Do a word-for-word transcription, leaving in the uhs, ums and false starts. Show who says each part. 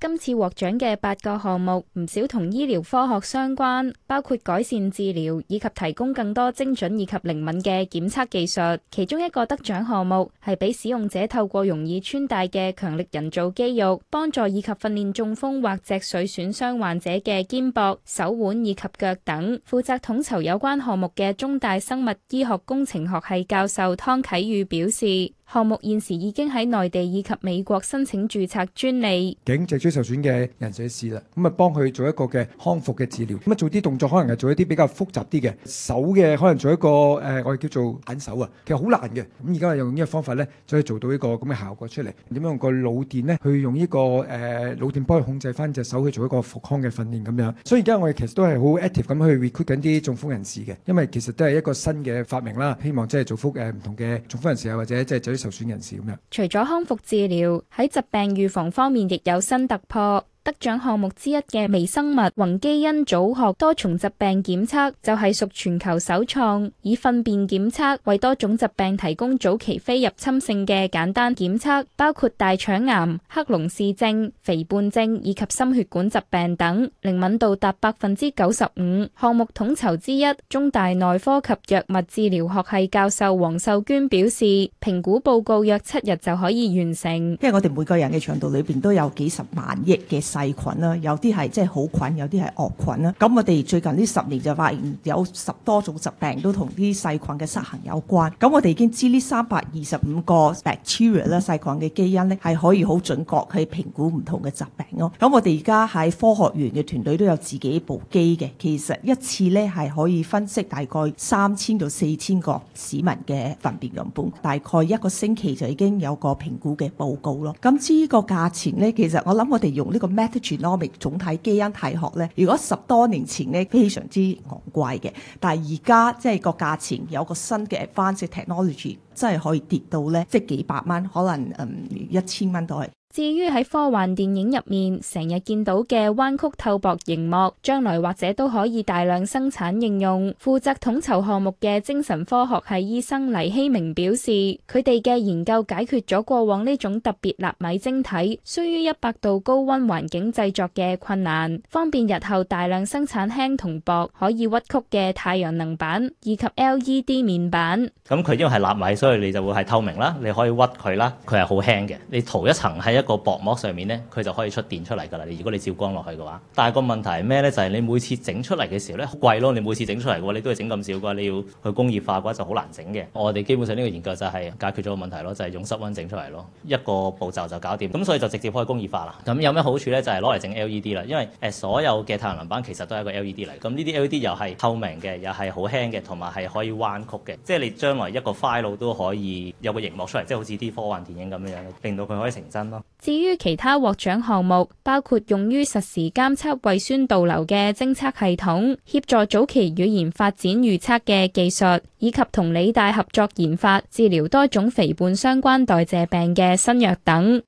Speaker 1: 今次獲獎嘅八個項目，唔少同醫療科學相關，包括改善治療以及提供更多精準以及靈敏嘅檢測技術。其中一個得獎項目係俾使用者透過容易穿戴嘅強力人造肌肉，幫助以及訓練中風或脊髓損傷患者嘅肩膊、手腕以及腳等。負責統籌有關項目嘅中大生物醫學工程學系教授湯啟宇表示，項目現時已經喺內地以及美國申請註冊專利。
Speaker 2: 頸脊椎受損嘅人士試啦，咁啊幫佢做一個嘅康復嘅治療，咁啊做啲動作可能係做一啲比較複雜啲嘅手嘅，可能做一個誒、呃、我哋叫做反手啊，其實好難嘅。咁而家係用呢個方法咧，就可以做到一個咁嘅效果出嚟。點樣用個腦電咧，去用呢、這個誒、呃、腦電幫佢控制翻隻手去做一個復康嘅訓練咁樣。所以而家我哋其實都係好 active 咁去 recruit 緊啲中風人士嘅，因為其實都係一個新嘅發明啦，希望即係造福誒唔同嘅中風人士啊，或者即係脊椎受損人士咁樣。
Speaker 1: 除咗康復治療，喺疾病預防方面亦有新突破。得獎項目之一嘅微生物宏基因組學多重疾病檢測就係屬全球首創，以糞便檢測為多種疾病提供早期非入侵性嘅簡單檢測，包括大腸癌、克隆氏症、肥胖症以及心血管疾病等，靈敏度達百分之九十五。項目統籌之一，中大內科及藥物治療學系教授黃秀娟表示，評估報告約七日就可以完成。
Speaker 3: 因為我哋每個人嘅腸道裏邊都有幾十萬億嘅細菌啦，有啲係即係好菌，有啲係惡菌啦。咁我哋最近呢十年就發現有十多種疾病都同啲細菌嘅失衡有關。咁我哋已經知呢三百二十五個 bacteria 啦，細菌嘅基因咧係可以好準確去評估唔同嘅疾病咯。咁我哋而家喺科學園嘅團隊都有自己部機嘅，其實一次咧係可以分析大概三千到四千個市民嘅糞便樣本，大概一個星期就已經有個評估嘅報告咯。咁至於個價錢咧，其實我諗我哋用呢個 metagenomic 總體基因體學咧，如果十多年前咧非常之昂貴嘅，但係而家即係個價錢有個新嘅 advanced technology， 真係可以跌到咧即係幾百蚊，可能嗯一千蚊都係。
Speaker 1: 至於喺科幻電影入面成日見到嘅彎曲透薄熒幕，將來或者都可以大量生產應用。負責統籌項目嘅精神科學系醫生黎希明表示，佢哋嘅研究解決咗過往呢種特別納米晶體需於一百度高溫環境製作嘅困難，方便日後大量生產輕同薄可以屈曲嘅太陽能板以及 L E D 面板。
Speaker 4: 咁佢因為係納米，所以你就會係透明啦，你可以屈佢啦，佢係好輕嘅，你塗一層喺一個薄膜上面咧，佢就可以出電出嚟㗎啦。你如果你照光落去嘅話，但係個問題係咩咧？就係、是、你每次整出嚟嘅時候咧，好貴咯。你每次整出嚟嘅話，你都係整咁少嘅話，你要去工業化嘅話就好難整嘅。我哋基本上呢個研究就係解決咗個問題咯，就係、是、用室溫整出嚟咯，一個步驟就搞掂。咁所以就直接可以工業化啦。咁有咩好處咧？就係攞嚟整 L E D 啦，因為誒所有嘅太陽能板其實都係一個 L E D 嚟。咁呢啲 L E D 又係透明嘅，又係好輕嘅，同埋係可以彎曲嘅。即係你將來一個 file 都可以有個熒幕出嚟，即係好似啲科幻電影咁樣樣，令到佢可以成真咯。
Speaker 1: 至於其他獲獎項目，包括用於實時監測胃酸倒流嘅偵測系統，協助早期語言發展預測嘅技術，以及同理大合作研發治療多種肥胖相關代謝病嘅新藥等。